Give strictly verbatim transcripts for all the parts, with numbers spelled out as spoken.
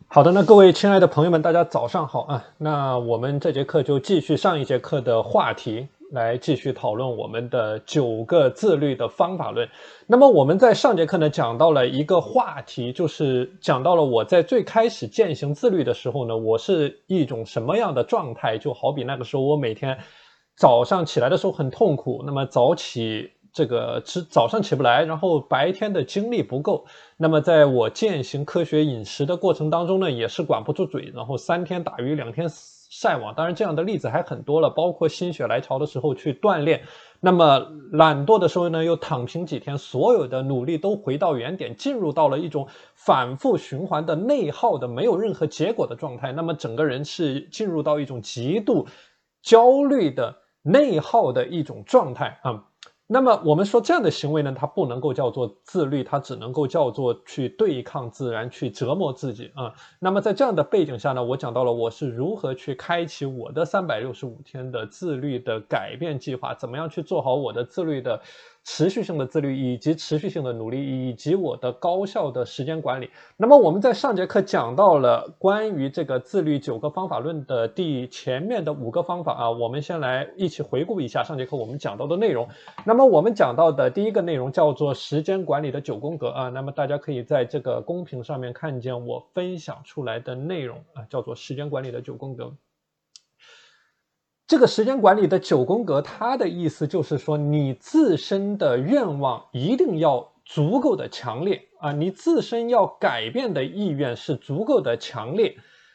好的，那各位亲爱的朋友们，大家早上好啊！那我们这节课就继续上一节课的话题，来继续讨论我们的九个自律的方法论。那么我们在上节课呢讲到了一个话题，就是讲到了我在最开始践行自律的时候呢，我是一种什么样的状态？就好比那个时候我每天早上起来的时候很痛苦，那么早起。这个吃早上起不来，然后白天的精力不够，那么在我践行科学饮食的过程当中呢，也是管不住嘴，然后三天打鱼两天晒网，当然这样的例子还很多了，包括心血来潮的时候去锻炼，那么懒惰的时候呢又躺平几天，所有的努力都回到原点，进入到了一种反复循环的内耗的没有任何结果的状态，那么整个人是进入到一种极度焦虑的内耗的一种状态啊。那么我们说这样的行为呢，它不能够叫做自律，它只能够叫做去对抗自然，去折磨自己啊。那么在这样的背景下呢，我讲到了我是如何去开启我的三百六十五天的自律的改变计划，怎么样去做好我的自律的持续性的自律，以及持续性的努力，以及我的高效的时间管理。那么我们在上节课讲到了关于这个自律九个方法论的第前面的五个方法啊，我们先来一起回顾一下上节课我们讲到的内容。那么我们讲到的第一个内容叫做时间管理的九宫格啊，那么大家可以在这个公屏上面看见我分享出来的内容啊，叫做时间管理的九宫格。这个时间管理的九宫格，它的意思就是说，你自身的愿望一定要足够的强烈啊，你自身要改变的意愿是足够的强烈。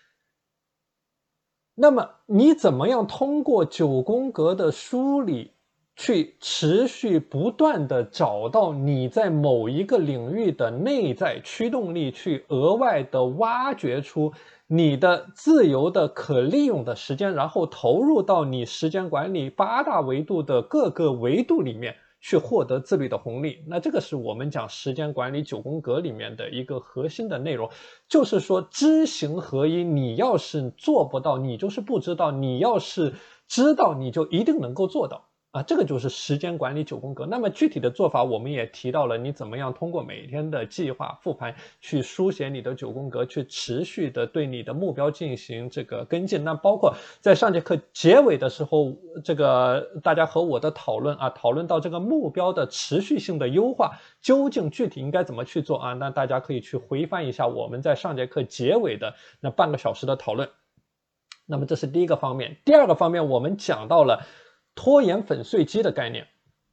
那么你怎么样通过九宫格的梳理，去持续不断的找到你在某一个领域的内在驱动力，去额外的挖掘出你的自由的可利用的时间，然后投入到你时间管理八大维度的各个维度里面去获得自律的红利。那这个是我们讲时间管理九宫格里面的一个核心的内容，就是说知行合一，你要是做不到，你就是不知道，你要是知道，你就一定能够做到。啊，这个就是时间管理九宫格。那么具体的做法，我们也提到了，你怎么样通过每天的计划复盘，去书写你的九宫格，去持续的对你的目标进行这个跟进。那包括在上节课结尾的时候，这个大家和我的讨论啊，讨论到这个目标的持续性的优化，究竟具体应该怎么去做啊？那大家可以去回翻一下我们在上节课结尾的那半个小时的讨论。那么这是第一个方面。第二个方面，我们讲到了拖延粉碎机的概念。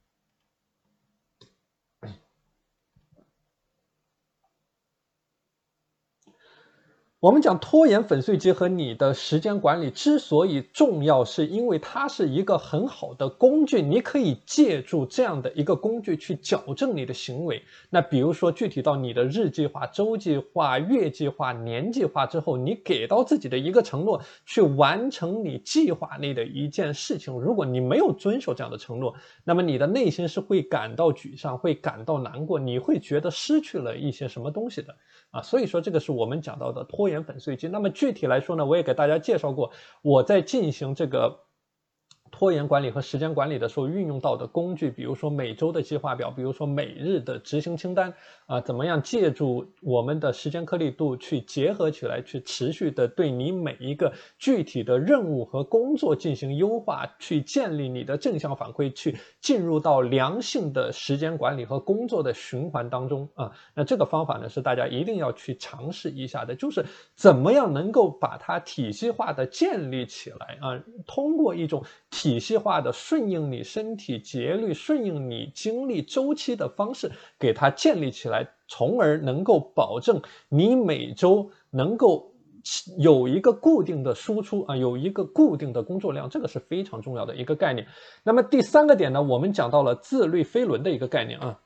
我们讲拖延粉碎机和你的时间管理之所以重要，是因为它是一个很好的工具，你可以借助这样的一个工具去矫正你的行为。那比如说具体到你的日计划、周计划、月计划、年计划之后，你给到自己的一个承诺，去完成你计划内的一件事情，如果你没有遵守这样的承诺，那么你的内心是会感到沮丧，会感到难过，你会觉得失去了一些什么东西的啊。所以说这个是我们讲到的拖延粉碎机。那么具体来说呢，我也给大家介绍过，我在进行这个拖延管理和时间管理的时候运用到的工具，比如说每周的计划表，比如说每日的执行清单啊、呃，怎么样借助我们的时间颗粒度去结合起来，去持续的对你每一个具体的任务和工作进行优化，去建立你的正向反馈，去进入到良性的时间管理和工作的循环当中啊。那这个方法呢是大家一定要去尝试一下的，就是怎么样能够把它体系化的建立起来啊，通过一种体系化的顺应你身体节律、顺应你精力周期的方式给它建立起来，从而能够保证你每周能够有一个固定的输出啊，有一个固定的工作量，这个是非常重要的一个概念。那么第三个点呢，我们讲到了自律飞轮的一个概念啊。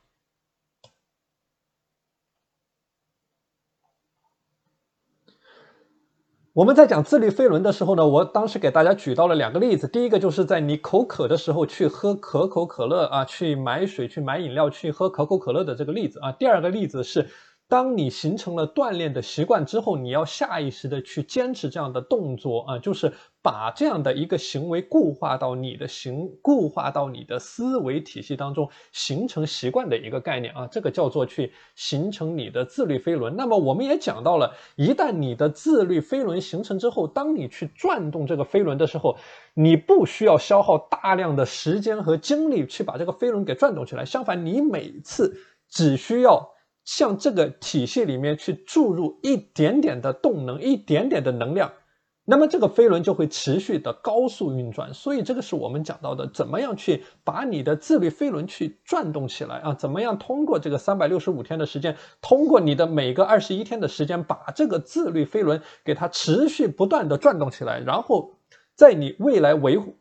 我们在讲自律飞轮的时候呢，我当时给大家举到了两个例子。第一个就是在你口渴的时候去喝可口可乐啊，去买水、去买饮料、去喝可口可乐的这个例子啊。第二个例子是当你形成了锻炼的习惯之后，你要下意识的去坚持这样的动作啊，就是把这样的一个行为固化到你的行，固化到你的思维体系当中，形成习惯的一个概念啊，这个叫做去形成你的自律飞轮。那么我们也讲到了，一旦你的自律飞轮形成之后，当你去转动这个飞轮的时候，你不需要消耗大量的时间和精力去把这个飞轮给转动起来，相反，你每次只需要向这个体系里面去注入一点点的动能，一点点的能量，那么这个飞轮就会持续的高速运转。所以这个是我们讲到的，怎么样去把你的自律飞轮去转动起来啊？怎么样通过这个三百六十五天的时间，通过你的每个二十一天的时间，把这个自律飞轮给它持续不断的转动起来，然后在你未来维护。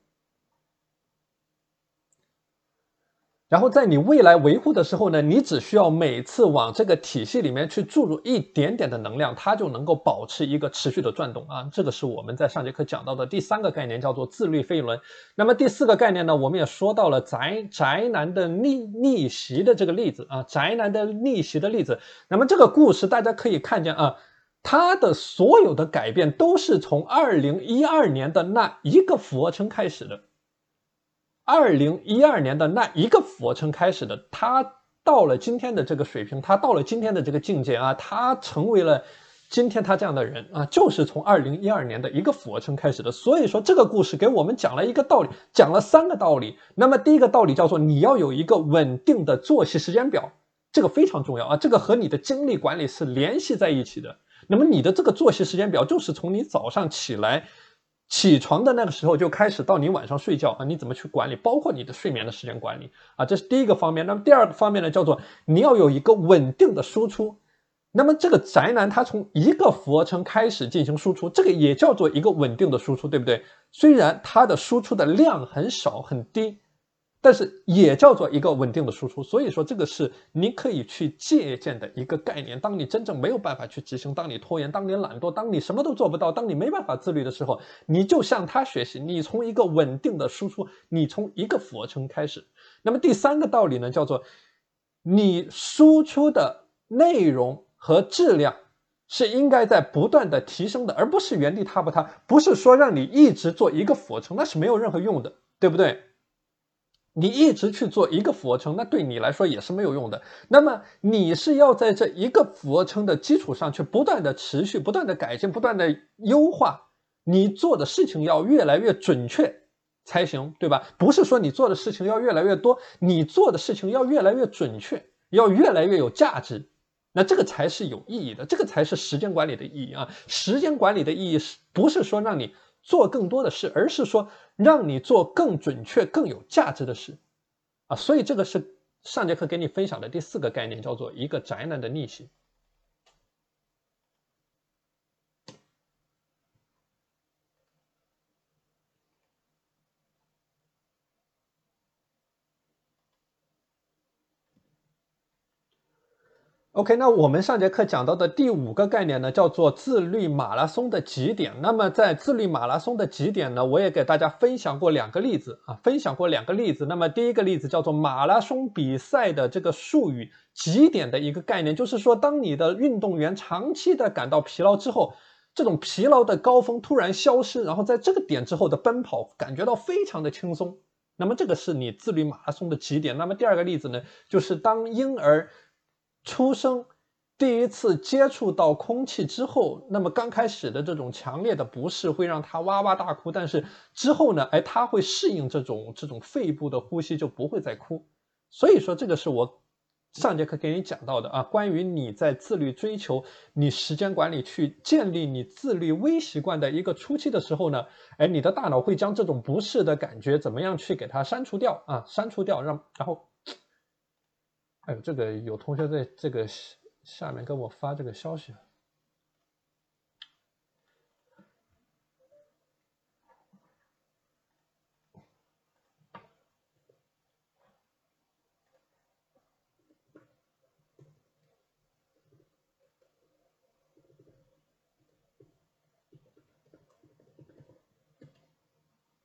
然后在你未来维护的时候呢，你只需要每次往这个体系里面去注入一点点的能量，它就能够保持一个持续的转动啊。这个是我们在上节课讲到的第三个概念，叫做自律飞轮。那么第四个概念呢，我们也说到了宅宅男的逆逆袭的这个例子啊，宅男的逆袭的例子。那么这个故事大家可以看见啊，他的所有的改变都是从二零一二年的那一个俯卧撑开始的。二零一二年的那一个俯卧撑开始的，他到了今天的这个水平，他到了今天的这个境界啊，他成为了今天他这样的人啊，就是从二零一二年的一个俯卧撑开始的。所以说这个故事给我们讲了一个道理，讲了三个道理。那么第一个道理叫做你要有一个稳定的作息时间表，这个非常重要啊，这个和你的精力管理是联系在一起的。那么你的这个作息时间表就是从你早上起来起床的那个时候就开始到你晚上睡觉啊，你怎么去管理，包括你的睡眠的时间管理啊，这是第一个方面。那么第二个方面呢，叫做你要有一个稳定的输出。那么这个宅男他从一个俯卧撑开始进行输出，这个也叫做一个稳定的输出，对不对？虽然他的输出的量很少很低，但是也叫做一个稳定的输出。所以说这个是你可以去借鉴的一个概念。当你真正没有办法去执行，当你拖延，当你懒惰，当你什么都做不到，当你没办法自律的时候，你就向他学习，你从一个稳定的输出，你从一个俯卧撑开始。那么第三个道理呢，叫做你输出的内容和质量是应该在不断的提升的，而不是原地踏步。它不是说让你一直做一个俯卧撑，那是没有任何用的，对不对？你一直去做一个俯卧撑，那对你来说也是没有用的。那么你是要在这一个俯卧撑的基础上去不断的持续、不断的改进、不断的优化，你做的事情要越来越准确才行，对吧？不是说你做的事情要越来越多，你做的事情要越来越准确，要越来越有价值。那这个才是有意义的，这个才是时间管理的意义啊！时间管理的意义是不是说让你做更多的事，而是说让你做更准确、更有价值的事啊！所以这个是上节课给你分享的第四个概念，叫做一个宅男的逆袭。OK， 那我们上节课讲到的第五个概念呢，叫做自律马拉松的极点。那么在自律马拉松的极点呢，我也给大家分享过两个例子啊，分享过两个例子。那么第一个例子叫做马拉松比赛的这个术语极点的一个概念，就是说当你的运动员长期的感到疲劳之后，这种疲劳的高峰突然消失，然后在这个点之后的奔跑感觉到非常的轻松。那么这个是你自律马拉松的极点。那么第二个例子呢，就是当婴儿出生第一次接触到空气之后，那么刚开始的这种强烈的不适会让他哇哇大哭，但是之后呢，哎，他会适应这种这种肺部的呼吸，就不会再哭。所以说这个是我上节课给你讲到的啊，关于你在自律追求你时间管理去建立你自律微习惯的一个初期的时候呢，哎，你的大脑会将这种不适的感觉怎么样去给它删除掉啊，删除掉，让然后。哎呦，这个有同学在这个下面跟我发这个消息。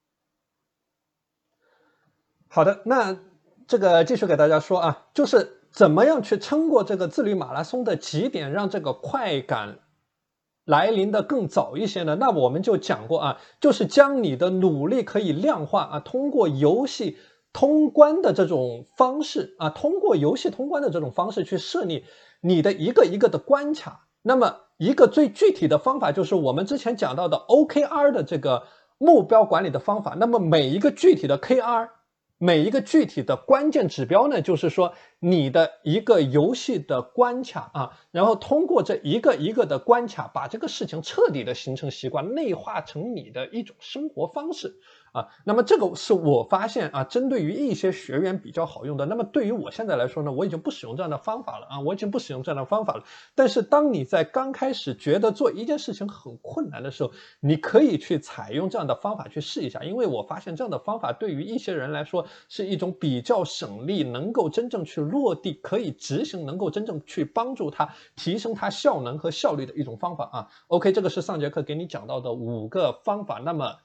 好的，那这个继续给大家说啊，就是怎么样去撑过这个自律马拉松的极点，让这个快感来临的更早一些呢？那我们就讲过啊，就是将你的努力可以量化啊，通过游戏通关的这种方式啊，通过游戏通关的这种方式去设立你的一个一个的关卡。那么一个最具体的方法就是我们之前讲到的 O K R 的这个目标管理的方法。那么每一个具体的 K R， 每一个具体的关键指标呢，就是说你的一个游戏的关卡啊，然后通过这一个一个的关卡，把这个事情彻底的形成习惯，内化成你的一种生活方式。啊，那么这个是我发现啊，针对于一些学员比较好用的。那么对于我现在来说呢，我已经不使用这样的方法了啊，我已经不使用这样的方法了。但是当你在刚开始觉得做一件事情很困难的时候，你可以去采用这样的方法去试一下，因为我发现这样的方法对于一些人来说是一种比较省力，能够真正去落地，可以执行，能够真正去帮助他提升他效能和效率的一种方法啊。OK， 这个是上节课给你讲到的五个方法。那么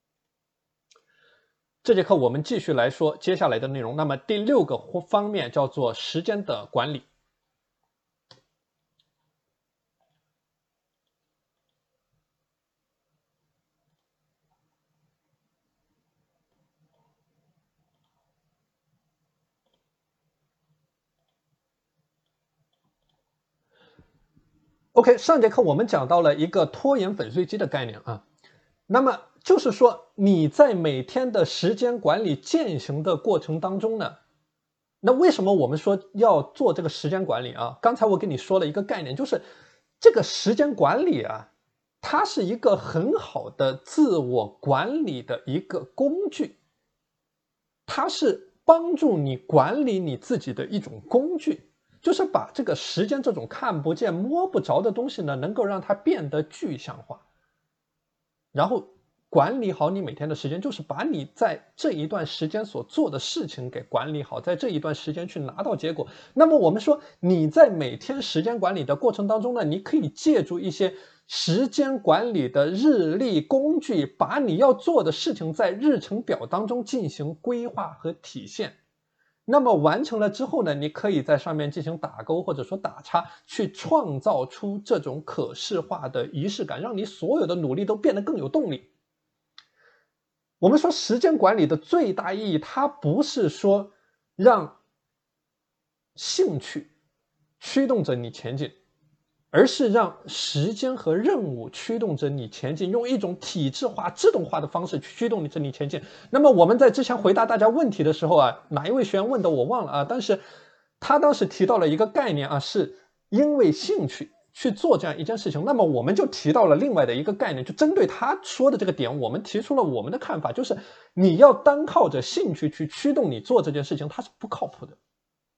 这节课我们继续来说接下来的内容。那么第六个方面叫做时间的管理。OK， 上节课我们讲到了一个拖延粉碎机的概念啊。那么就是说你在每天的时间管理践行的过程当中呢，那为什么我们说要做这个时间管理啊？刚才我跟你说了一个概念，就是这个时间管理啊，它是一个很好的自我管理的一个工具，它是帮助你管理你自己的一种工具，就是把这个时间这种看不见摸不着的东西呢，能够让它变得具象化。然后管理好你每天的时间，就是把你在这一段时间所做的事情给管理好，在这一段时间去拿到结果。那么我们说你在每天时间管理的过程当中呢，你可以借助一些时间管理的日历工具，把你要做的事情在日程表当中进行规划和体现。那么完成了之后呢，你可以在上面进行打勾或者说打叉，去创造出这种可视化的仪式感，让你所有的努力都变得更有动力。我们说时间管理的最大意义，它不是说让兴趣驱动着你前进，而是让时间和任务驱动着你前进，用一种体制化、自动化的方式驱动着你前进。那么我们在之前回答大家问题的时候啊，哪一位学员问的我忘了啊，但是他当时提到了一个概念啊，是因为兴趣去做这样一件事情。那么我们就提到了另外的一个概念，就针对他说的这个点，我们提出了我们的看法，就是你要单靠着兴趣去驱动你做这件事情，它是不靠谱的，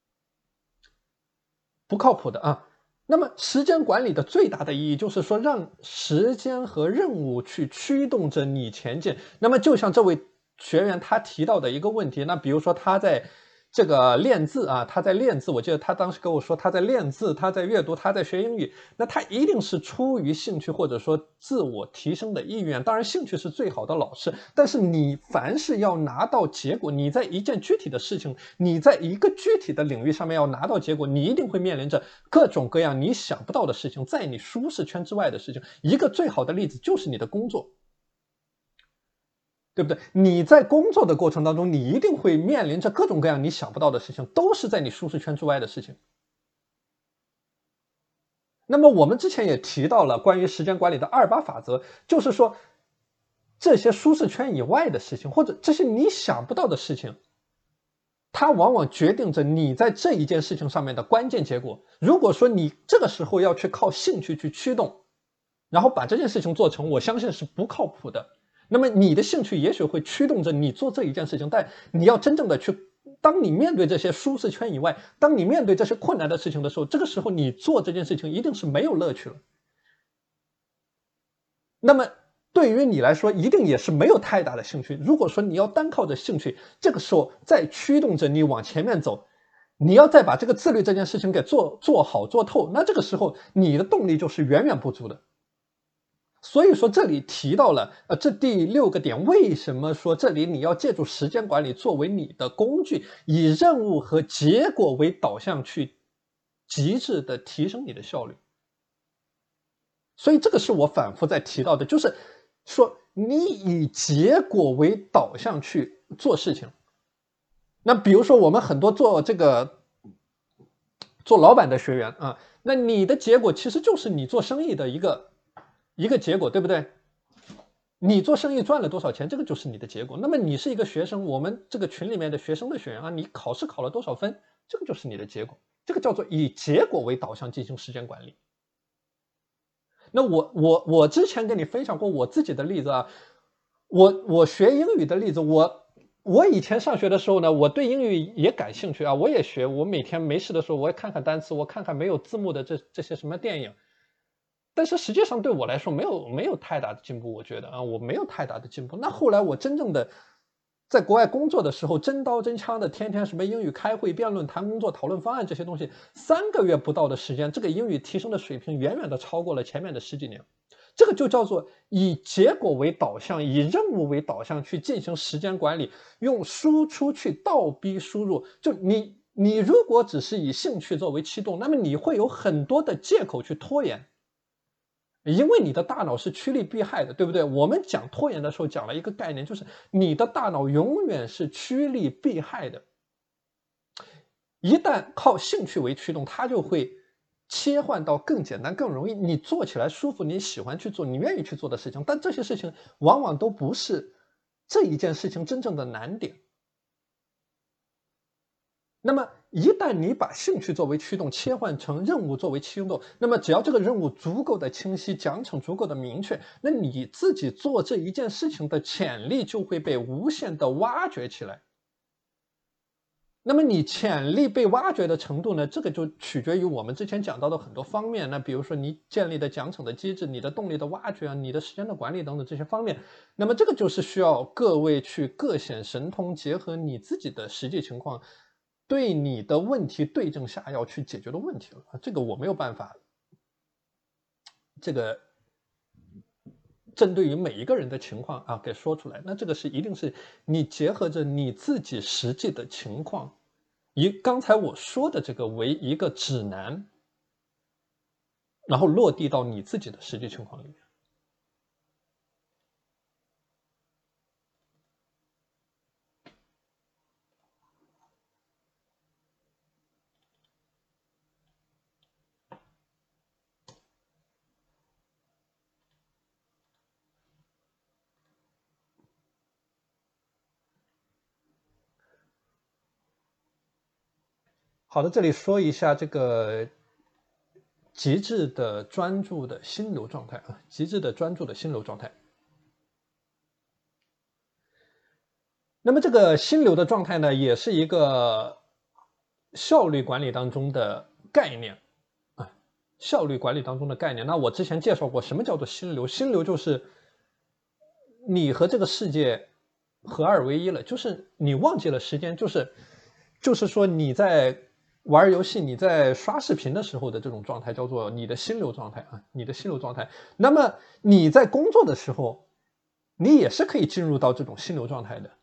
不靠谱的啊。那么时间管理的最大的意义就是说，让时间和任务去驱动着你前进。那么就像这位学员他提到的一个问题，那比如说他在这个练字啊，他在练字，我记得他当时跟我说他在练字，他在阅读，他在学英语，那他一定是出于兴趣或者说自我提升的意愿。当然兴趣是最好的老师，但是你凡是要拿到结果，你在一件具体的事情，你在一个具体的领域上面要拿到结果，你一定会面临着各种各样你想不到的事情，在你舒适圈之外的事情。一个最好的例子就是你的工作，对不对？你在工作的过程当中，你一定会面临着各种各样你想不到的事情，都是在你舒适圈之外的事情。那么我们之前也提到了关于时间管理的二八法则，就是说这些舒适圈以外的事情，或者这些你想不到的事情，它往往决定着你在这一件事情上面的关键结果。如果说你这个时候要去靠兴趣去驱动，然后把这件事情做成，我相信是不靠谱的。那么你的兴趣也许会驱动着你做这一件事情，但你要真正的去，当你面对这些舒适圈以外，当你面对这些困难的事情的时候，这个时候你做这件事情一定是没有乐趣了。那么对于你来说，一定也是没有太大的兴趣。如果说你要单靠着兴趣，这个时候再驱动着你往前面走，你要再把这个自律这件事情给做做好做透，那这个时候你的动力就是远远不足的。 所以说这里提到了呃这第六个点，为什么说这里你要借助时间管理作为你的工具，以任务和结果为导向去极致的提升你的效率。所以这个是我反复在提到的，就是说你以结果为导向去做事情。那比如说我们很多做这个做老板的学员啊，那你的结果其实就是你做生意的一个一个结果，对不对？你做生意赚了多少钱，这个就是你的结果。那么你是一个学生，我们这个群里面的学生的学员啊，你考试考了多少分，这个就是你的结果。这个叫做以结果为导向进行时间管理。那我我我之前跟你分享过我自己的例子啊，我我学英语的例子，我我以前上学的时候呢，我对英语也感兴趣啊，我也学，我每天没事的时候我也看看单词，我看看没有字幕的这这些什么电影。但是实际上对我来说没有没有太大的进步，我觉得啊，我没有太大的进步。那后来我真正的在国外工作的时候，真刀真枪的，天天什么英语开会、辩论、谈工作、讨论方案这些东西，三个月不到的时间，这个英语提升的水平远远的超过了前面的十几年。这个就叫做以结果为导向，以任务为导向去进行时间管理，用输出去倒逼输入。就你你如果只是以兴趣作为驱动，那么你会有很多的借口去拖延。因为你的大脑是趋利避害的，对不对？我们讲拖延的时候讲了一个概念，就是你的大脑永远是趋利避害的。一旦靠兴趣为驱动，它就会切换到更简单、更容易，你做起来舒服，你喜欢去做，你愿意去做的事情。但这些事情往往都不是这一件事情真正的难点。那么一旦你把兴趣作为驱动，切换成任务作为驱动，那么只要这个任务足够的清晰，奖惩足够的明确，那你自己做这一件事情的潜力就会被无限的挖掘起来。那么你潜力被挖掘的程度呢，这个就取决于我们之前讲到的很多方面。那比如说你建立的奖惩的机制，你的动力的挖掘，你的时间的管理等等这些方面。那么这个就是需要各位去各显神通，结合你自己的实际情况，对你的问题对症下药去解决的问题了。这个我没有办法，这个针对于每一个人的情况啊给说出来。那这个是一定是你结合着你自己实际的情况，以刚才我说的这个为一个指南，然后落地到你自己的实际情况里面。好的，这里说一下这个极致的专注的心流状态啊，极致的专注的心流状态。那么这个心流的状态呢，也是一个效率管理当中的概念啊，效率管理当中的概念。那我之前介绍过，什么叫做心流？心流就是你和这个世界合二为一了，就是你忘记了时间，就是就是说你在玩游戏，你在刷视频的时候的这种状态叫做你的心流状态啊，你的心流状态。那么你在工作的时候，你也是可以进入到这种心流状态的。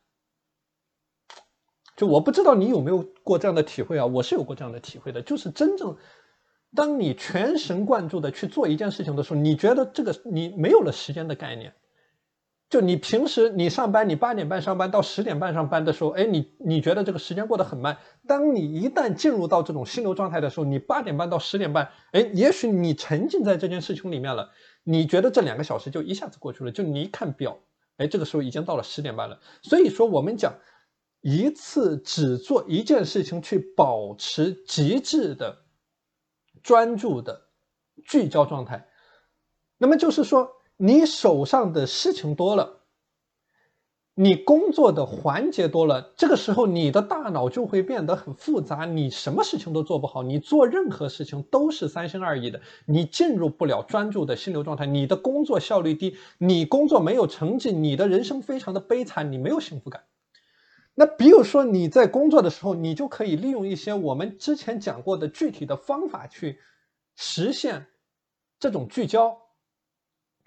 就我不知道你有没有过这样的体会啊，我是有过这样的体会的，就是真正当你全神贯注的去做一件事情的时候，你觉得这个你没有了时间的概念。就你平时你上班，你八点半上班到十点半上班的时候，哎，你你觉得这个时间过得很慢。当你一旦进入到这种心流状态的时候，你八点半到十点半，哎，也许你沉浸在这件事情里面了，你觉得这两个小时就一下子过去了，就你一看表，哎，这个时候已经到了十点半了。所以说我们讲一次只做一件事情，去保持极致的专注的聚焦状态。那么就是说你手上的事情多了，你工作的环节多了，这个时候你的大脑就会变得很复杂，你什么事情都做不好，你做任何事情都是三心二意的，你进入不了专注的心流状态，你的工作效率低，你工作没有成绩，你的人生非常的悲惨，你没有幸福感。那比如说你在工作的时候，你就可以利用一些我们之前讲过的具体的方法去实现这种聚焦。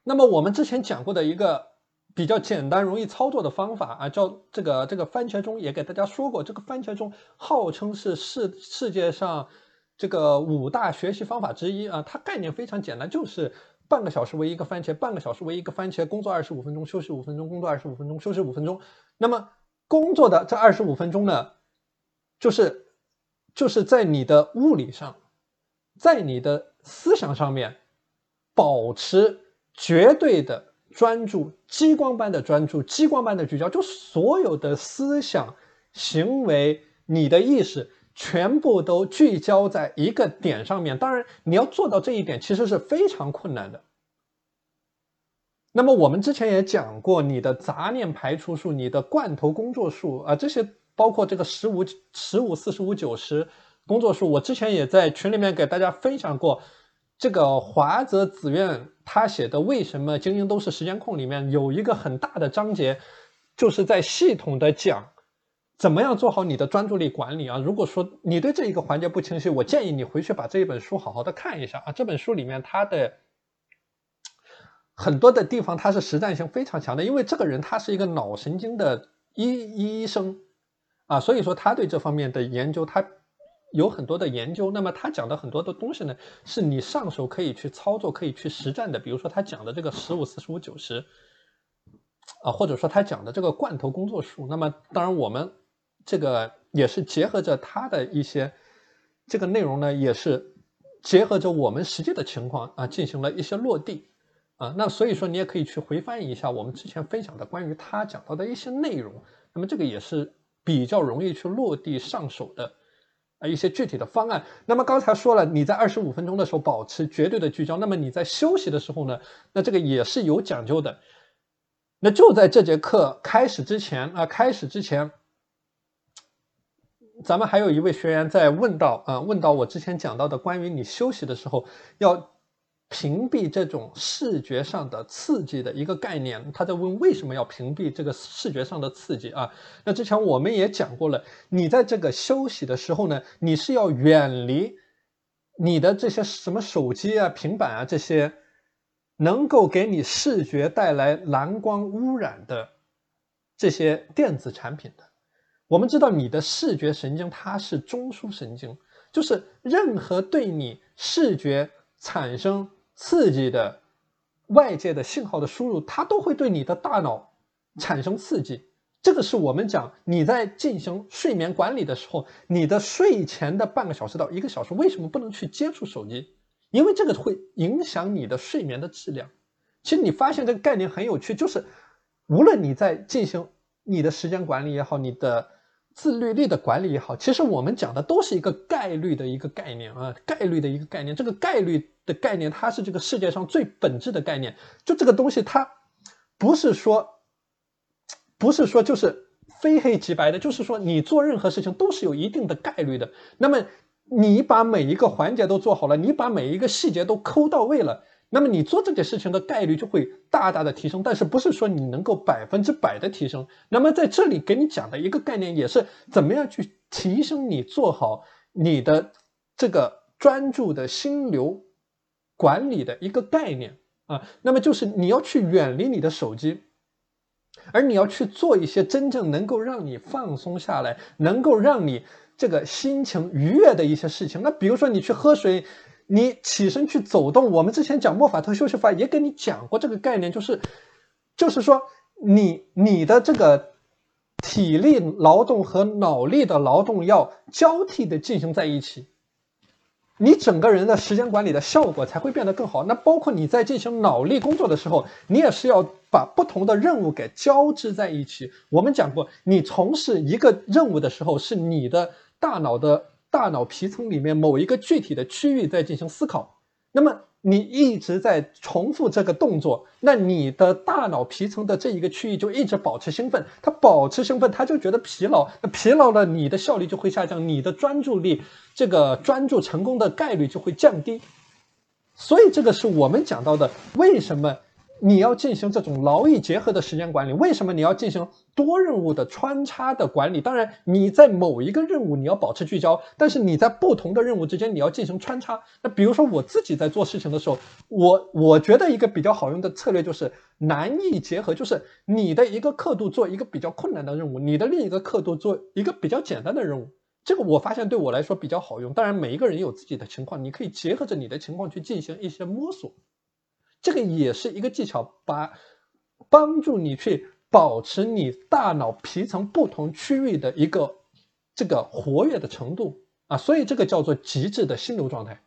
那么我们之前讲过的一个比较简单容易操作的方法啊，叫这个这个番茄钟，也给大家说过，这个番茄钟号称是世世界上这个五大学习方法之一啊，它概念非常简单，就是半个小时为一个番茄，半个小时为一个番茄，工作二十五分钟，休息五分钟，工作二十五分钟，休息五分钟。那么工作的这二十五分钟呢，就是就是在你的物理上，在你的思想上面保持绝对的专注，激光般的专注，激光般的聚焦，就所有的思想、行为、你的意识全部都聚焦在一个点上面。当然，你要做到这一点其实是非常困难的。那么我们之前也讲过，你的杂念排除术、你的罐头工作术啊，这些包括这个十五、十五、四十五、九十工作术，我之前也在群里面给大家分享过。这个华泽子苑他写的《为什么精英都是时间控》里面有一个很大的章节，就是在系统的讲怎么样做好你的专注力管理啊。如果说你对这一个环节不清晰，我建议你回去把这一本书好好的看一下啊。这本书里面它的很多的地方它是实战性非常强的，因为这个人他是一个脑神经的医医生啊，所以说他对这方面的研究他有很多的研究。那么他讲的很多的东西呢，是你上手可以去操作，可以去实战的。比如说他讲的这个十五、四十五、九十啊，或者说他讲的这个罐头工作术。那么当然我们这个也是结合着他的一些这个内容呢，也是结合着我们实际的情况啊，进行了一些落地。啊，那所以说你也可以去回翻一下我们之前分享的关于他讲到的一些内容，那么这个也是比较容易去落地上手的啊一些具体的方案。那么刚才说了，你在二十五分钟的时候保持绝对的聚焦，那么你在休息的时候呢，那这个也是有讲究的。那就在这节课开始之前啊，开始之前，咱们还有一位学员在问到啊，问到我之前讲到的关于你休息的时候要屏蔽这种视觉上的刺激的一个概念，他在问为什么要屏蔽这个视觉上的刺激啊？那之前我们也讲过了，你在这个休息的时候呢，你是要远离你的这些什么手机啊、平板啊这些能够给你视觉带来蓝光污染的这些电子产品的。我们知道你的视觉神经它是中枢神经，就是任何对你视觉产生刺激的外界的信号的输入，它都会对你的大脑产生刺激。这个是我们讲你在进行睡眠管理的时候，你的睡前的半个小时到一个小时为什么不能去接触手机？因为这个会影响你的睡眠的质量。其实你发现这个概念很有趣，就是无论你在进行你的时间管理也好，你的自律力的管理也好，其实我们讲的都是一个概率的一个概念啊，概率的一个概念。这个概率的概念，它是这个世界上最本质的概念。就这个东西，它不是说，不是说就是非黑即白的，就是说你做任何事情都是有一定的概率的。那么你把每一个环节都做好了，你把每一个细节都抠到位了，那么你做这件事情的概率就会大大的提升，但是不是说你能够百分之百的提升。那么在这里给你讲的一个概念也是怎么样去提升你做好你的这个专注的心流管理的一个概念啊。那么就是你要去远离你的手机，而你要去做一些真正能够让你放松下来，能够让你这个心情愉悦的一些事情。那比如说你去喝水，你起身去走动，我们之前讲莫法特休息法也给你讲过这个概念，就是就是说你你的这个体力劳动和脑力的劳动要交替的进行在一起，你整个人的时间管理的效果才会变得更好。那包括你在进行脑力工作的时候，你也是要把不同的任务给交织在一起。我们讲过，你从事一个任务的时候，是你的大脑的大脑皮层里面某一个具体的区域在进行思考，那么你一直在重复这个动作，那你的大脑皮层的这一个区域就一直保持兴奋，它保持兴奋，它就觉得疲劳，那疲劳了，你的效率就会下降，你的专注力，这个专注成功的概率就会降低。所以这个是我们讲到的，为什么你要进行这种劳逸结合的时间管理？为什么你要进行多任务的穿插的管理？当然，你在某一个任务你要保持聚焦，但是你在不同的任务之间你要进行穿插。那比如说我自己在做事情的时候，我我觉得一个比较好用的策略就是难易结合，就是你的一个刻度做一个比较困难的任务，你的另一个刻度做一个比较简单的任务。这个我发现对我来说比较好用。当然，每一个人有自己的情况，你可以结合着你的情况去进行一些摸索。这个也是一个技巧，把帮助你去保持你大脑皮层不同区域的一个这个活跃的程度啊，所以这个叫做极致的心流状态。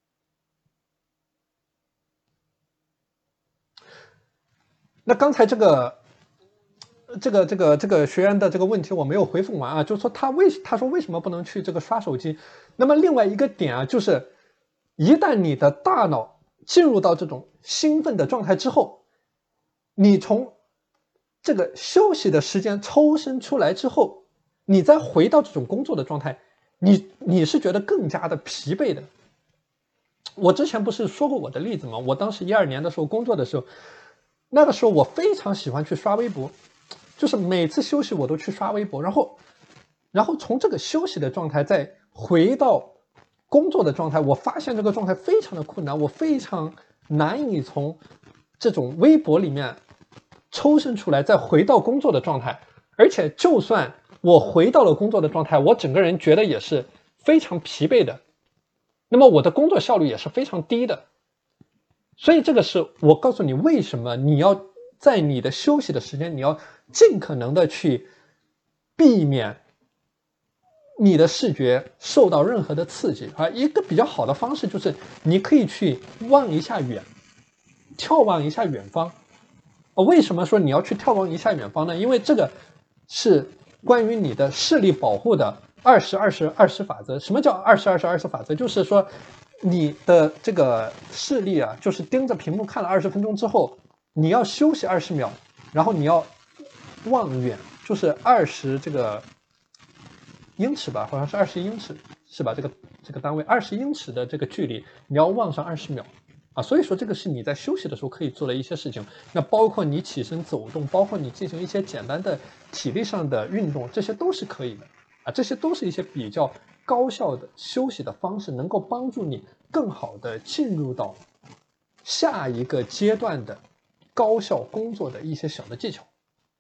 那刚才这个这个这个这个学员的这个问题我没有回复完啊，就是说他为他说为什么不能去这个刷手机？那么另外一个点啊，就是一旦你的大脑进入到这种兴奋的状态之后，你从这个休息的时间抽身出来之后，你再回到这种工作的状态，你你是觉得更加的疲惫的。我之前不是说过我的例子吗？我当时一二年的时候工作的时候，那个时候我非常喜欢去刷微博，就是每次休息我都去刷微博，然后然后从这个休息的状态再回到工作的状态，我发现这个状态非常的困难，我非常难以从这种微博里面抽身出来，再回到工作的状态。而且就算我回到了工作的状态，我整个人觉得也是非常疲惫的，那么我的工作效率也是非常低的。所以这个是我告诉你为什么你要在你的休息的时间，你要尽可能的去避免你的视觉受到任何的刺激啊。一个比较好的方式就是你可以去望一下远，眺望一下远方。为什么说你要去眺望一下远方呢？因为这个是关于你的视力保护的二十二十二十法则。什么叫二十二十二十法则？就是说你的这个视力啊，就是盯着屏幕看了二十分钟之后，你要休息二十秒，然后你要望远，就是二十这个英尺吧，好像是二十英尺，是吧？这个这个单位二十英尺的这个距离，你要望上二十秒啊。所以说这个是你在休息的时候可以做的一些事情。那包括你起身走动，包括你进行一些简单的体力上的运动，这些都是可以的啊。这些都是一些比较高效的休息的方式，能够帮助你更好的进入到下一个阶段的高效工作的一些小的技巧。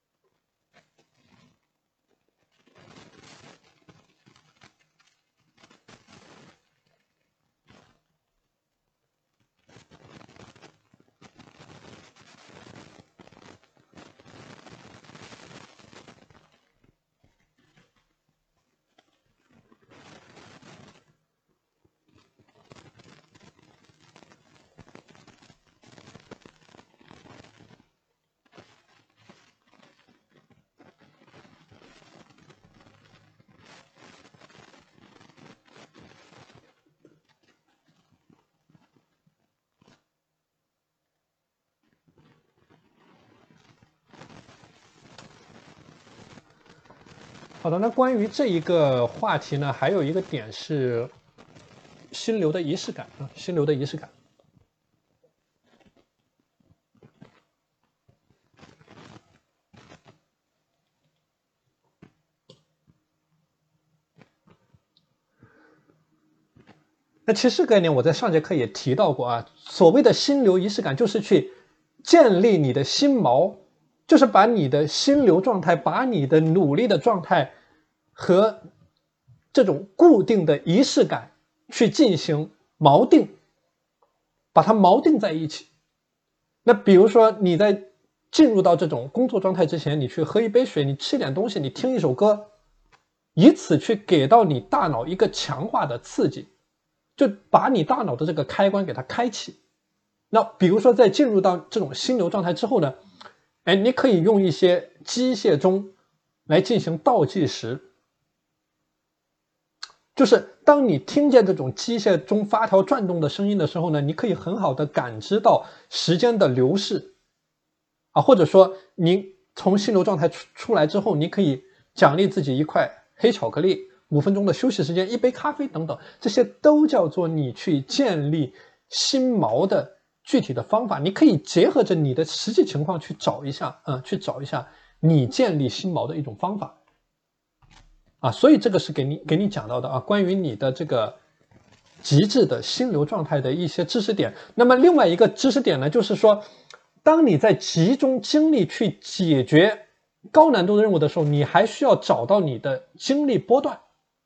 好的，那关于这一个话题呢，还有一个点是心流的仪式感啊，心流的仪式感。那其实概念我在上节课也提到过啊，所谓的心流仪式感就是去建立你的心锚，就是把你的心流状态，把你的努力的状态和这种固定的仪式感去进行锚定，把它锚定在一起。那比如说你在进入到这种工作状态之前，你去喝一杯水，你吃点东西，你听一首歌，以此去给到你大脑一个强化的刺激，就把你大脑的这个开关给它开启。那比如说在进入到这种心流状态之后呢，哎，你可以用一些机械钟来进行倒计时，就是当你听见这种机械钟发条转动的声音的时候呢，你可以很好的感知到时间的流逝啊，或者说你从心流状态出出来之后，你可以奖励自己一块黑巧克力，五分钟的休息时间，一杯咖啡等等，这些都叫做你去建立心锚的具体的方法，你可以结合着你的实际情况去找一下，啊、呃，去找一下你建立心锚的一种方法，啊，所以这个是给你给你讲到的啊，关于你的这个极致的心流状态的一些知识点。那么另外一个知识点呢，就是说，当你在集中精力去解决高难度的任务的时候，你还需要找到你的精力波段。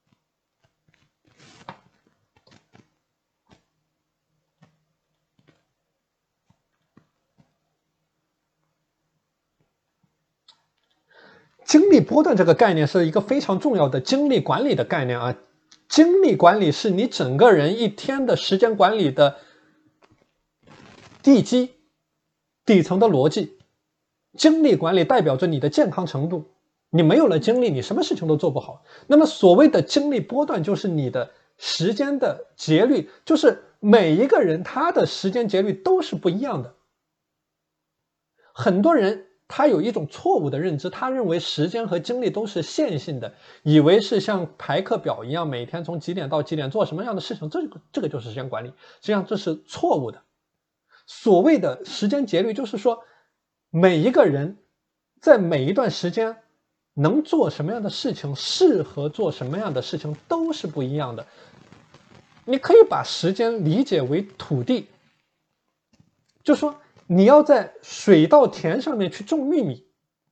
精力波段这个概念是一个非常重要的精力管理的概念啊。精力管理是你整个人一天的时间管理的地基、底层的逻辑。精力管理代表着你的健康程度，你没有了精力，你什么事情都做不好。那么所谓的精力波段就是你的时间的节律，就是每一个人他的时间节律都是不一样的。很多人他有一种错误的认知，他认为时间和精力都是线性的，以为是像排课表一样，每天从几点到几点做什么样的事情，这个这个就是时间管理。实际上这是错误的。所谓的时间节律就是说，每一个人在每一段时间能做什么样的事情，适合做什么样的事情都是不一样的。你可以把时间理解为土地，就说你要在水稻田上面去种玉米，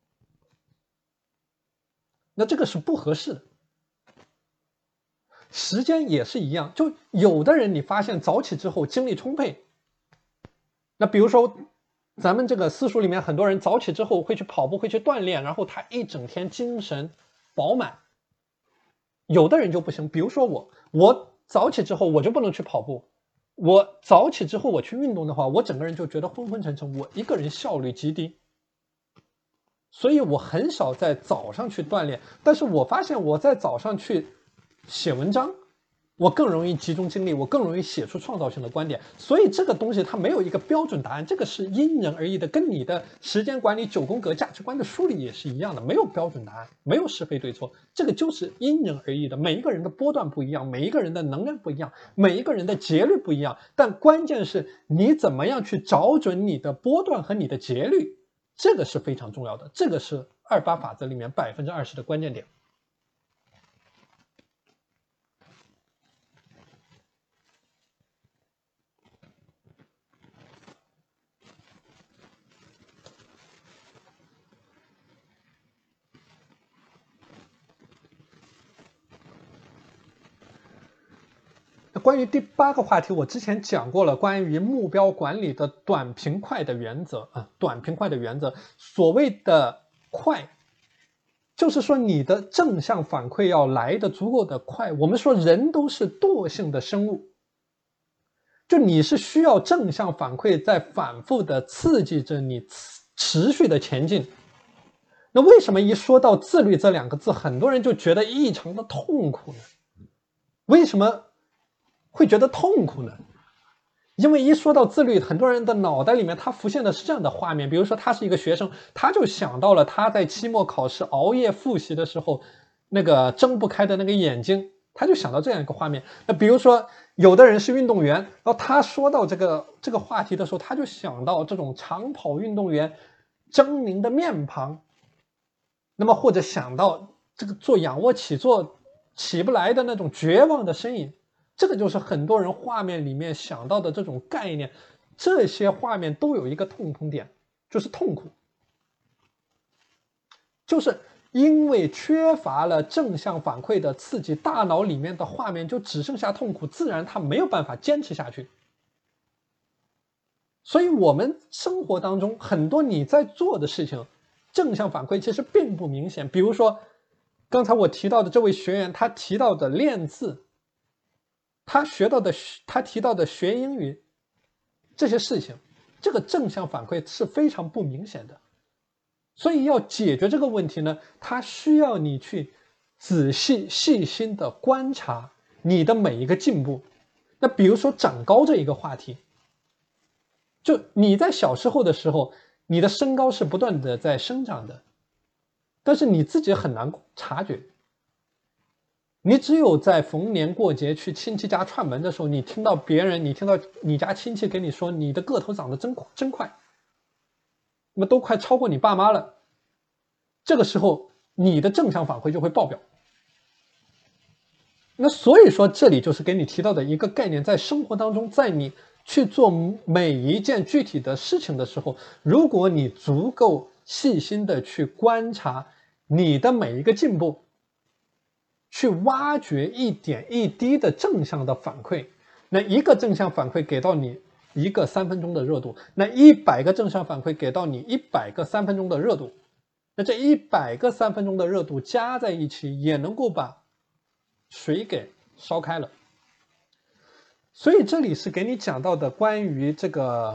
那这个是不合适的。时间也是一样，就有的人你发现早起之后精力充沛，那比如说咱们这个私塾里面很多人早起之后会去跑步，会去锻炼，然后他一整天精神饱满。有的人就不行，比如说我，我早起之后我就不能去跑步，我早起之后我去运动的话，我整个人就觉得昏昏沉沉，我一个人效率极低，所以我很少在早上去锻炼。但是我发现我在早上去写文章，我更容易集中精力，我更容易写出创造性的观点。所以这个东西它没有一个标准答案，这个是因人而异的，跟你的时间管理九宫格价值观的梳理也是一样的，没有标准答案，没有是非对错，这个就是因人而异的。每一个人的波段不一样，每一个人的能量不一样，每一个人的节律不一样，但关键是你怎么样去找准你的波段和你的节律，这个是非常重要的，这个是二八法则里面百分之二十的关键点。关于第八个话题，我之前讲过了，关于目标管理的短平快的原则啊，短平快的原则。所谓的快，就是说你的正向反馈要来的足够的快。我们说人都是惰性的生物，就你是需要正向反馈在反复的刺激着你持续的前进。那为什么一说到自律这两个字，很多人就觉得异常的痛苦呢？为什么会觉得痛苦呢？因为一说到自律，很多人的脑袋里面他浮现的是这样的画面，比如说他是一个学生，他就想到了他在期末考试熬夜复习的时候那个睁不开的那个眼睛，他就想到这样一个画面。那比如说有的人是运动员，然后他说到这个这个话题的时候，他就想到这种长跑运动员狰狞的面庞，那么或者想到这个做仰卧起坐起不来的那种绝望的身影。这个就是很多人画面里面想到的这种概念，这些画面都有一个共同点，就是痛苦，就是因为缺乏了正向反馈的刺激，大脑里面的画面就只剩下痛苦，自然它没有办法坚持下去。所以我们生活当中很多你在做的事情，正向反馈其实并不明显。比如说刚才我提到的这位学员，他提到的练字，他学到的，他提到的学英语这些事情，这个正向反馈是非常不明显的。所以要解决这个问题呢，它需要你去仔细细心的观察你的每一个进步。那比如说长高这一个话题，就你在小时候的时候，你的身高是不断的在生长的，但是你自己很难察觉。 你只有在逢年过节去亲戚家串门的时候，你听到别人，你听到你家亲戚跟你说你的个头长得真真快，那么都快超过你爸妈了，这个时候你的正向反馈就会爆表。那所以说这里就是给你提到的一个概念，在生活当中，在你去做每一件具体的事情的时候，如果你足够细心的去观察你的每一个进步，去挖掘一点一滴的正向的反馈，那一个正向反馈给到你一个三分钟的热度，那一百个正向反馈给到你一百个三分钟的热度，那这一百个三分钟的热度加在一起，也能够把水给烧开了。所以这里是给你讲到的关于这个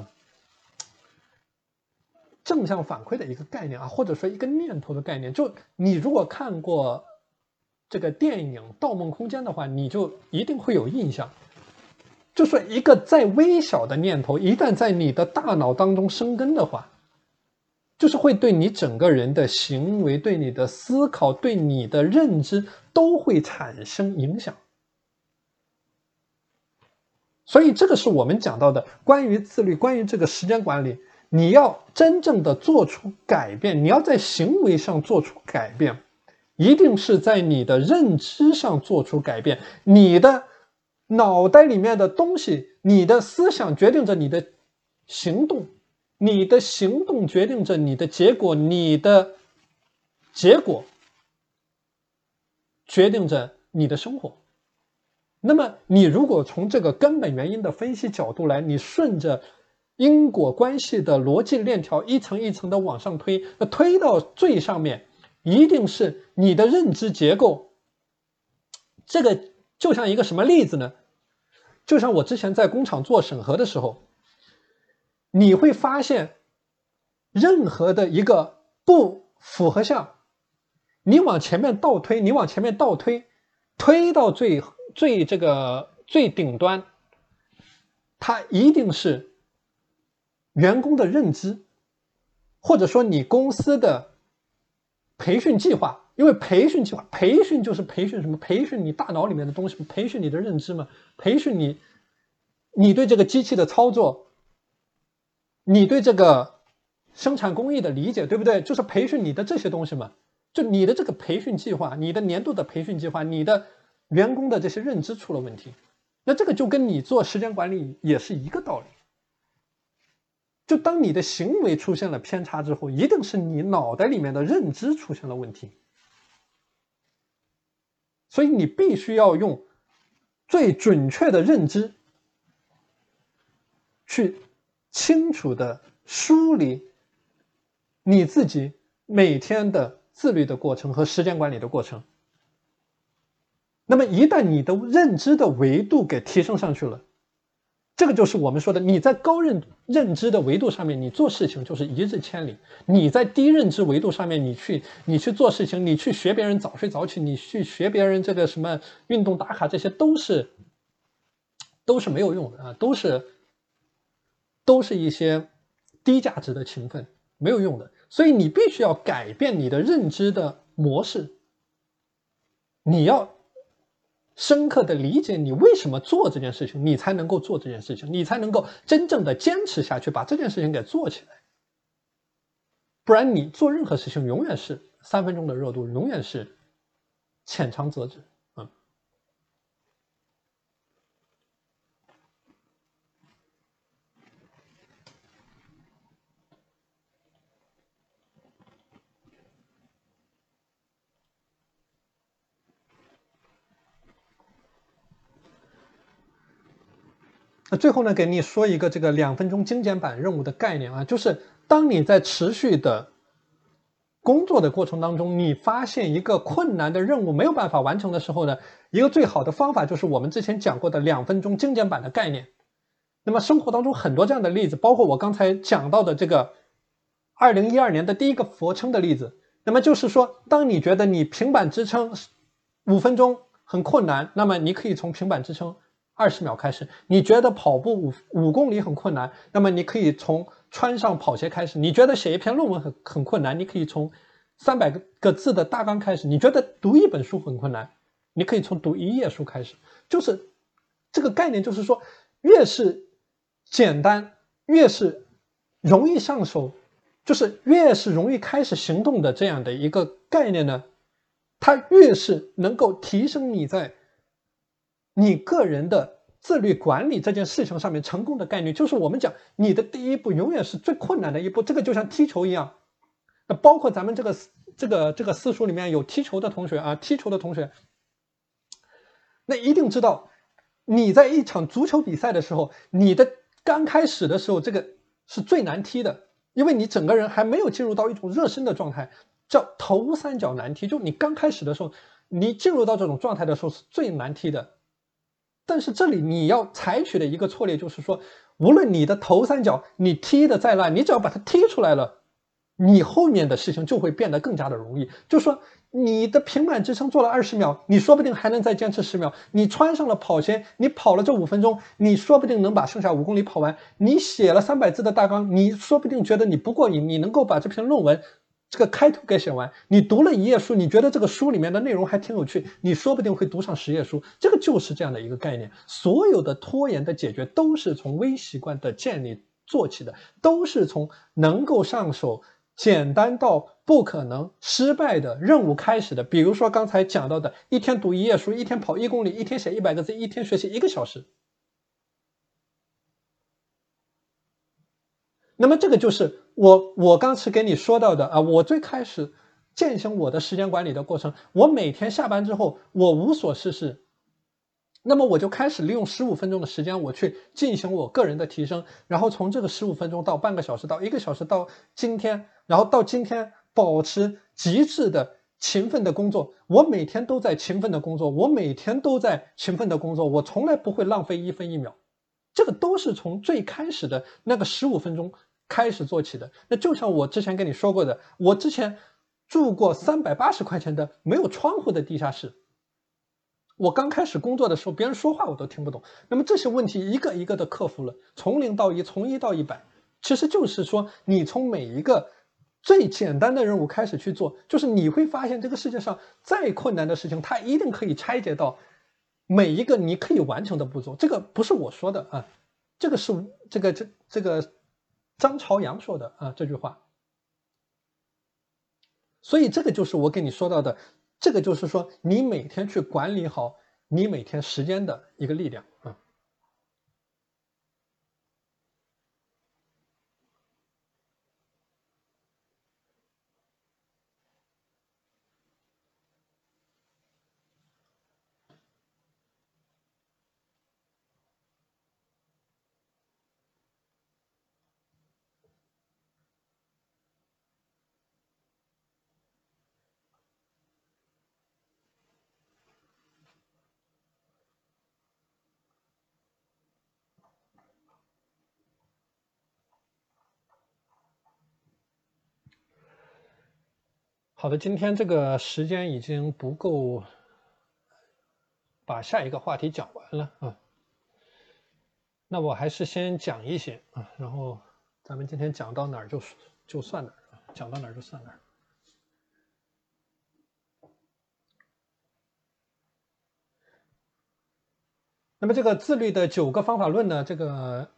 正向反馈的一个概念啊，或者说一个念头的概念。就你如果看过这个电影《盗梦空间》的话，你就一定会有印象。就是一个再微小的念头，一旦在你的大脑当中生根的话，就是会对你整个人的行为、对你的思考、对你的认知都会产生影响。所以这个是我们讲到的关于自律，关于这个时间管理，你要真正的做出改变，你要在行为上做出改变，一定是在你的认知上做出改变。你的脑袋里面的东西，你的思想决定着你的行动，你的行动决定着你的结果，你的结果决定着你的生活。那么你如果从这个根本原因的分析角度来，你顺着因果关系的逻辑链条一层一层的往上推，那推到最上面一定是你的认知结构。这个就像一个什么例子呢？就像我之前在工厂做审核的时候，你会发现任何的一个不符合项，你往前面倒推，你往前面倒推，推到最最这个最顶端，它一定是员工的认知，或者说你公司的培训计划。因为培训计划，培训就是培训什么？培训你大脑里面的东西，培训你的认知嘛，培训你你对这个机器的操作，你对这个生产工艺的理解，对不对？就是培训你的这些东西嘛。就你的这个培训计划，你的年度的培训计划，你的员工的这些认知出了问题，那这个就跟你做时间管理也是一个道理。就当你的行为出现了偏差之后，一定是你脑袋里面的认知出现了问题。所以你必须要用最准确的认知去清楚的梳理你自己每天的自律的过程和时间管理的过程。那么一旦你的认知的维度给提升上去了，这个就是我们说的，你在高认认知的维度上面，你做事情就是一日千里；你在低认知维度上面，你去你去做事情，你去学别人早睡早起，你去学别人这个什么运动打卡，这些都是都是没有用的啊，都是都是一些低价值的勤奋，没有用的。所以你必须要改变你的认知的模式，你要深刻的理解你为什么做这件事情，你才能够做这件事情，你才能够真正的坚持下去，把这件事情给做起来。不然你做任何事情永远是三分钟的热度，永远是浅尝辄止。嗯。那最后呢，给你说一个这个两分钟精简版任务的概念啊，就是当你在持续的工作的过程当中，你发现一个困难的任务没有办法完成的时候呢，一个最好的方法就是我们之前讲过的两分钟精简版的概念。那么生活当中很多这样的例子，包括我刚才讲到的这个二零一二年的第一个俯卧撑的例子。那么就是说，当你觉得你平板支撑五分钟很困难，那么你可以从平板支撑二十秒开始。你觉得跑步五五公里很困难，那么你可以从穿上跑鞋开始。你觉得写一篇论文很很困难，你可以从三百个字的大纲开始。你觉得读一本书很困难， 你可以从读一页书开始，就是这个概念，就是说越是简单，越是容易上手，就是越是容易开始行动的这样的一个概念呢，它越是能够提升你在你个人的自律管理这件事情上面成功的概率。就是我们讲你的第一步永远是最困难的一步，这个就像踢球一样。那包括咱们这个这个这个私塾里面有踢球的同学啊，踢球的同学，那一定知道你在一场足球比赛的时候，你的刚开始的时候这个是最难踢的，因为你整个人还没有进入到一种热身的状态，叫头三脚难踢。就你刚开始的时候，你进入到这种状态的时候是最难踢的。但是这里你要采取的一个策略就是说，无论你的头三脚你踢的再烂，你只要把它踢出来了，你后面的事情就会变得更加的容易。就是说你的平板支撑做了二十秒，你说不定还能再坚持十秒。你穿上了跑鞋，你跑了这五分钟，你说不定能把剩下五公里跑完。你写了三百字的大纲，你说不定觉得你不过瘾，你能够把这篇论文这个开头给写完。你读了一页书，你觉得这个书里面的内容还挺有趣，你说不定会读上十页书。这个就是这样的一个概念。所有的拖延的解决都是从微习惯的建立做起的，都是从能够上手简单到不可能失败的任务开始的。比如说刚才讲到的，一天读一页书，一天跑一公里，一天写一百个字，一天学习一个小时。那么这个就是我我刚才给你说到的啊，我最开始践行我的时间管理的过程。我每天下班之后，我无所事事，那么我就开始利用十五分钟的时间，我去进行我个人的提升。然后从这个十五分钟到半个小时，到一个小时，到今天，然后到今天保持极致的勤奋的工作。我每天都在勤奋的工作，我每天都在勤奋的工作，我从来不会浪费一分一秒。这个都是从最开始的那个十五分钟开始做起的。那就像我之前跟你说过的，我之前住过三百八十块钱的没有窗户的地下室。我刚开始工作的时候，别人说话我都听不懂。那么这些问题一个一个的克服了，从零到一，从一到一百，其实就是说你从每一个最简单的任务开始去做，就是你会发现这个世界上再困难的事情，它一定可以拆解到每一个你可以完成的步骤。这个不是我说的啊，这个是这个这这个张朝阳说的啊这句话。所以这个就是我跟你说到的，这个就是说你每天去管理好你每天时间的一个力量啊。好的，今天这个时间已经不够把下一个话题讲完了啊。那我还是先讲一些啊，然后咱们今天讲到哪儿就就算哪儿，讲到哪儿就算哪儿。那么这个自律的九个方法论呢，这个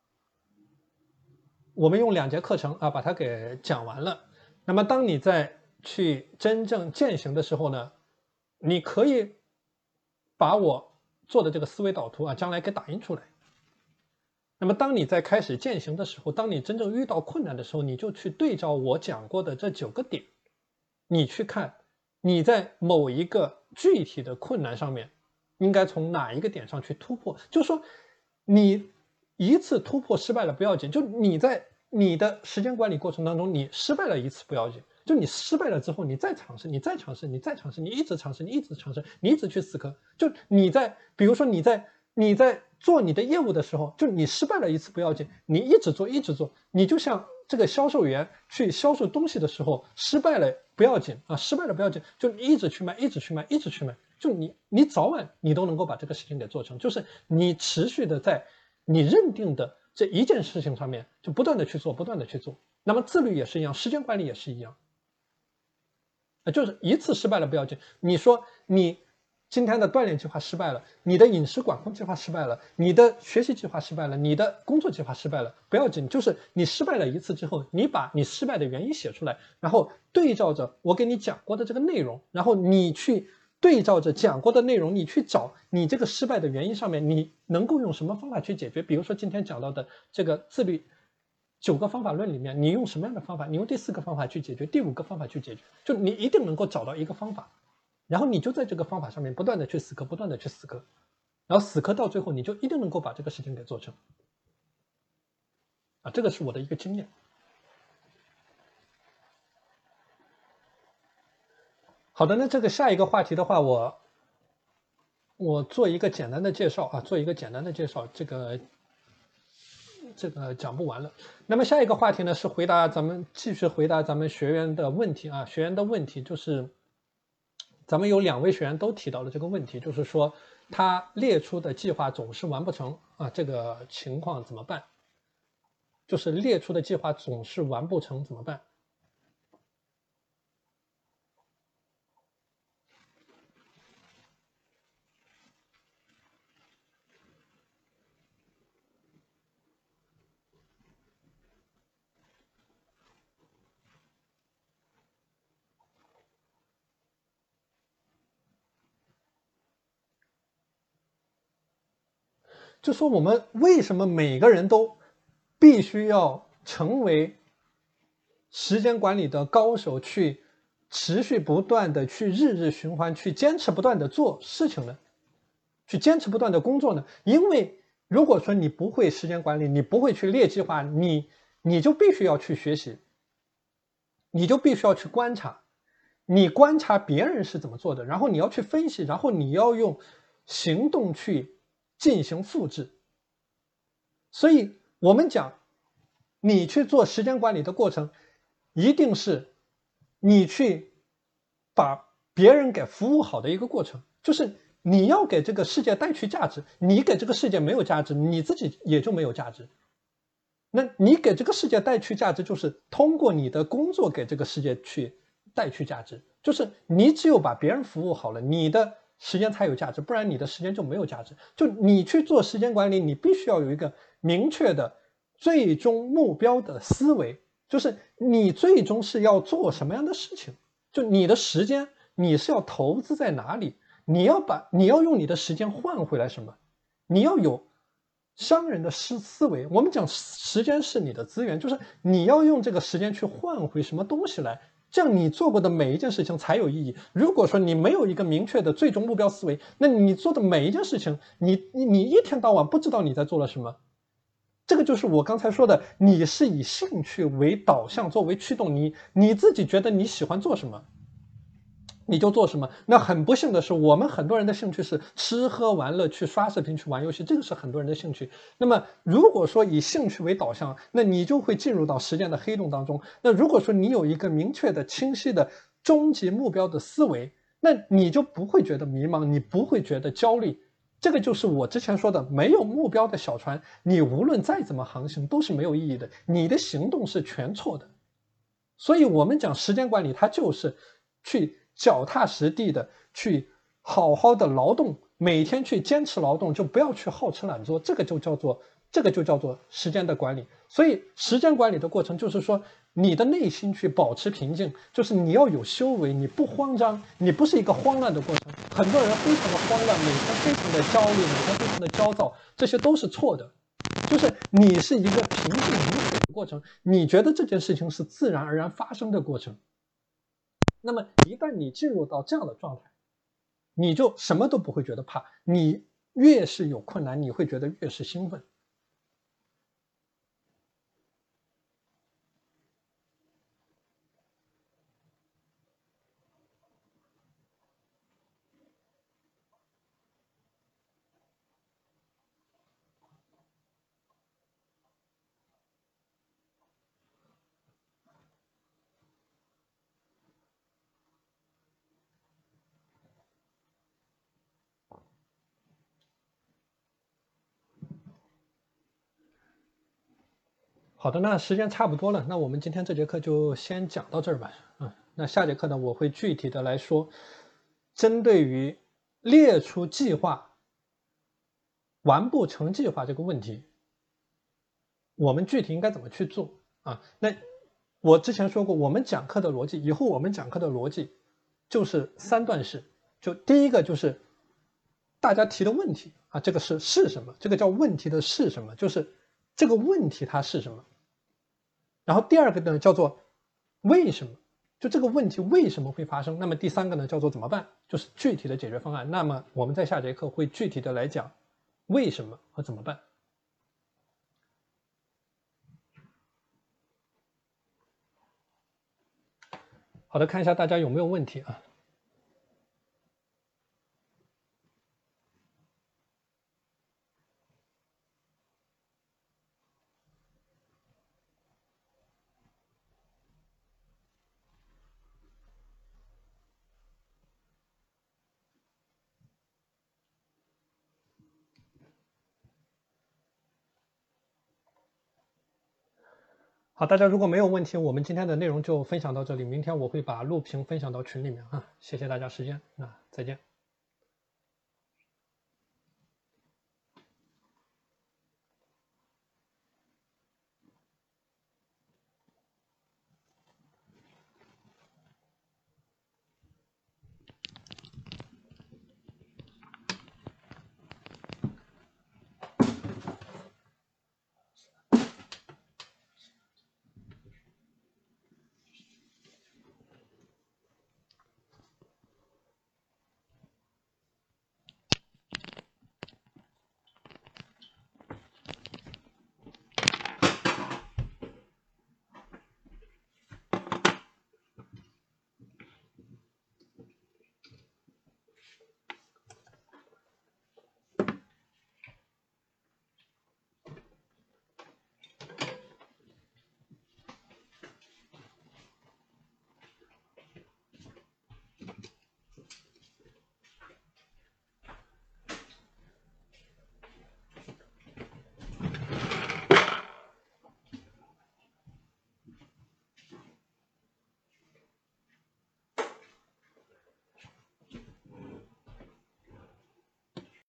我们用两节课程啊把它给讲完了。那么当你在去真正践行的时候呢，你可以把我做的这个思维导图啊，将来给打印出来。那么当你在开始践行的时候，当你真正遇到困难的时候，你就去对照我讲过的这九个点，你去看你在某一个具体的困难上面应该从哪一个点上去突破。就是说你一次突破失败了不要紧，就你在你的时间管理过程当中你失败了一次不要紧，就你失败了之后你再尝试，你再尝试，你再尝试，你一直尝试，你一直尝试，你一直去死磕。就你在比如说你在你在做你的业务的时候，就你失败了一次不要紧，你一直做一直做。你就像这个销售员去销售东西的时候，失败了不要紧啊，失败了不要紧，就一直去卖，一直去卖，一直去卖。就你你早晚你都能够把这个事情给做成，就是你持续的在你认定的这一件事情上面就不断的去做，不断的去做。那么自律也是一样，时间管理也是一样，就是一次失败了不要紧。你说你今天的锻炼计划失败了，你的饮食管控计划失败了，你的学习计划失败了，你的工作计划失败了，不要紧，就是你失败了一次之后，你把你失败的原因写出来，然后对照着我给你讲过的这个内容，然后你去对照着讲过的内容，你去找你这个失败的原因上面，你能够用什么方法去解决？比如说今天讲到的这个自律九个方法论里面，你用什么样的方法？你用第四个方法去解决，第五个方法去解决，就你一定能够找到一个方法。然后你就在这个方法上面不断的去死磕，不断的去死磕，然后死磕到最后，你就一定能够把这个事情给做成。啊，这个是我的一个经验。好的，那这个下一个话题的话，我我做一个简单的介绍啊，做一个简单的介绍，这个这个讲不完了。那么下一个话题呢，是回答咱们继续回答咱们学员的问题啊，学员的问题就是。咱们有两位学员都提到了这个问题，就是说他列出的计划总是完不成啊，这个情况怎么办？就是列出的计划总是完不成怎么办？就说我们为什么每个人都必须要成为时间管理的高手，去持续不断的去日日循环，去坚持不断的做事情呢？去坚持不断的工作呢？因为如果说你不会时间管理，你不会去列计划，你你就必须要去学习，你就必须要去观察，你观察别人是怎么做的，然后你要去分析，然后你要用行动去进行复制。所以我们讲，你去做时间管理的过程，一定是你去把别人给服务好的一个过程，就是你要给这个世界带去价值，你给这个世界没有价值，你自己也就没有价值。那你给这个世界带去价值，就是通过你的工作给这个世界去带去价值，就是你只有把别人服务好了，你的时间才有价值，不然你的时间就没有价值。就你去做时间管理，你必须要有一个明确的最终目标的思维，就是你最终是要做什么样的事情，就你的时间你是要投资在哪里，你要把你要用你的时间换回来什么，你要有商人的思思维。我们讲时间是你的资源，就是你要用这个时间去换回什么东西来，这样你做过的每一件事情才有意义。如果说你没有一个明确的最终目标思维，那你做的每一件事情，你你你一天到晚不知道你在做了什么。这个就是我刚才说的，你是以兴趣为导向作为驱动，你你自己觉得你喜欢做什么你就做什么。那很不幸的是，我们很多人的兴趣是吃喝玩乐，去刷视频，去玩游戏，这个是很多人的兴趣。那么如果说以兴趣为导向，那你就会进入到时间的黑洞当中。那如果说你有一个明确的清晰的终极目标的思维，那你就不会觉得迷茫，你不会觉得焦虑。这个就是我之前说的，没有目标的小船，你无论再怎么航行都是没有意义的，你的行动是全错的。所以我们讲时间管理，它就是去脚踏实地的去好好的劳动，每天去坚持劳动，就不要去好吃懒做，这个就叫做这个就叫做时间的管理。所以时间管理的过程就是说，你的内心去保持平静，就是你要有修为，你不慌张，你不是一个慌乱的过程。很多人非常的慌乱，每天非常的焦虑，每天非常的焦躁，这些都是错的。就是你是一个平静如水的过程，你觉得这件事情是自然而然发生的过程。那么一旦你进入到这样的状态，你就什么都不会觉得怕，你越是有困难，你会觉得越是兴奋。好的，那时间差不多了，那我们今天这节课就先讲到这儿吧。嗯，那下节课呢，我会具体的来说，针对于列出计划完不成计划这个问题，我们具体应该怎么去做啊？那我之前说过，我们讲课的逻辑，以后我们讲课的逻辑就是三段式。就第一个就是大家提的问题啊，这个是是什么？这个叫问题的是什么？就是这个问题它是什么？然后第二个呢叫做为什么？就这个问题为什么会发生？那么第三个呢叫做怎么办？就是具体的解决方案。那么我们在下节课会具体的来讲为什么和怎么办。好的，看一下大家有没有问题啊？好，大家如果没有问题，我们今天的内容就分享到这里。明天我会把录屏分享到群里面啊，谢谢大家时间，那再见。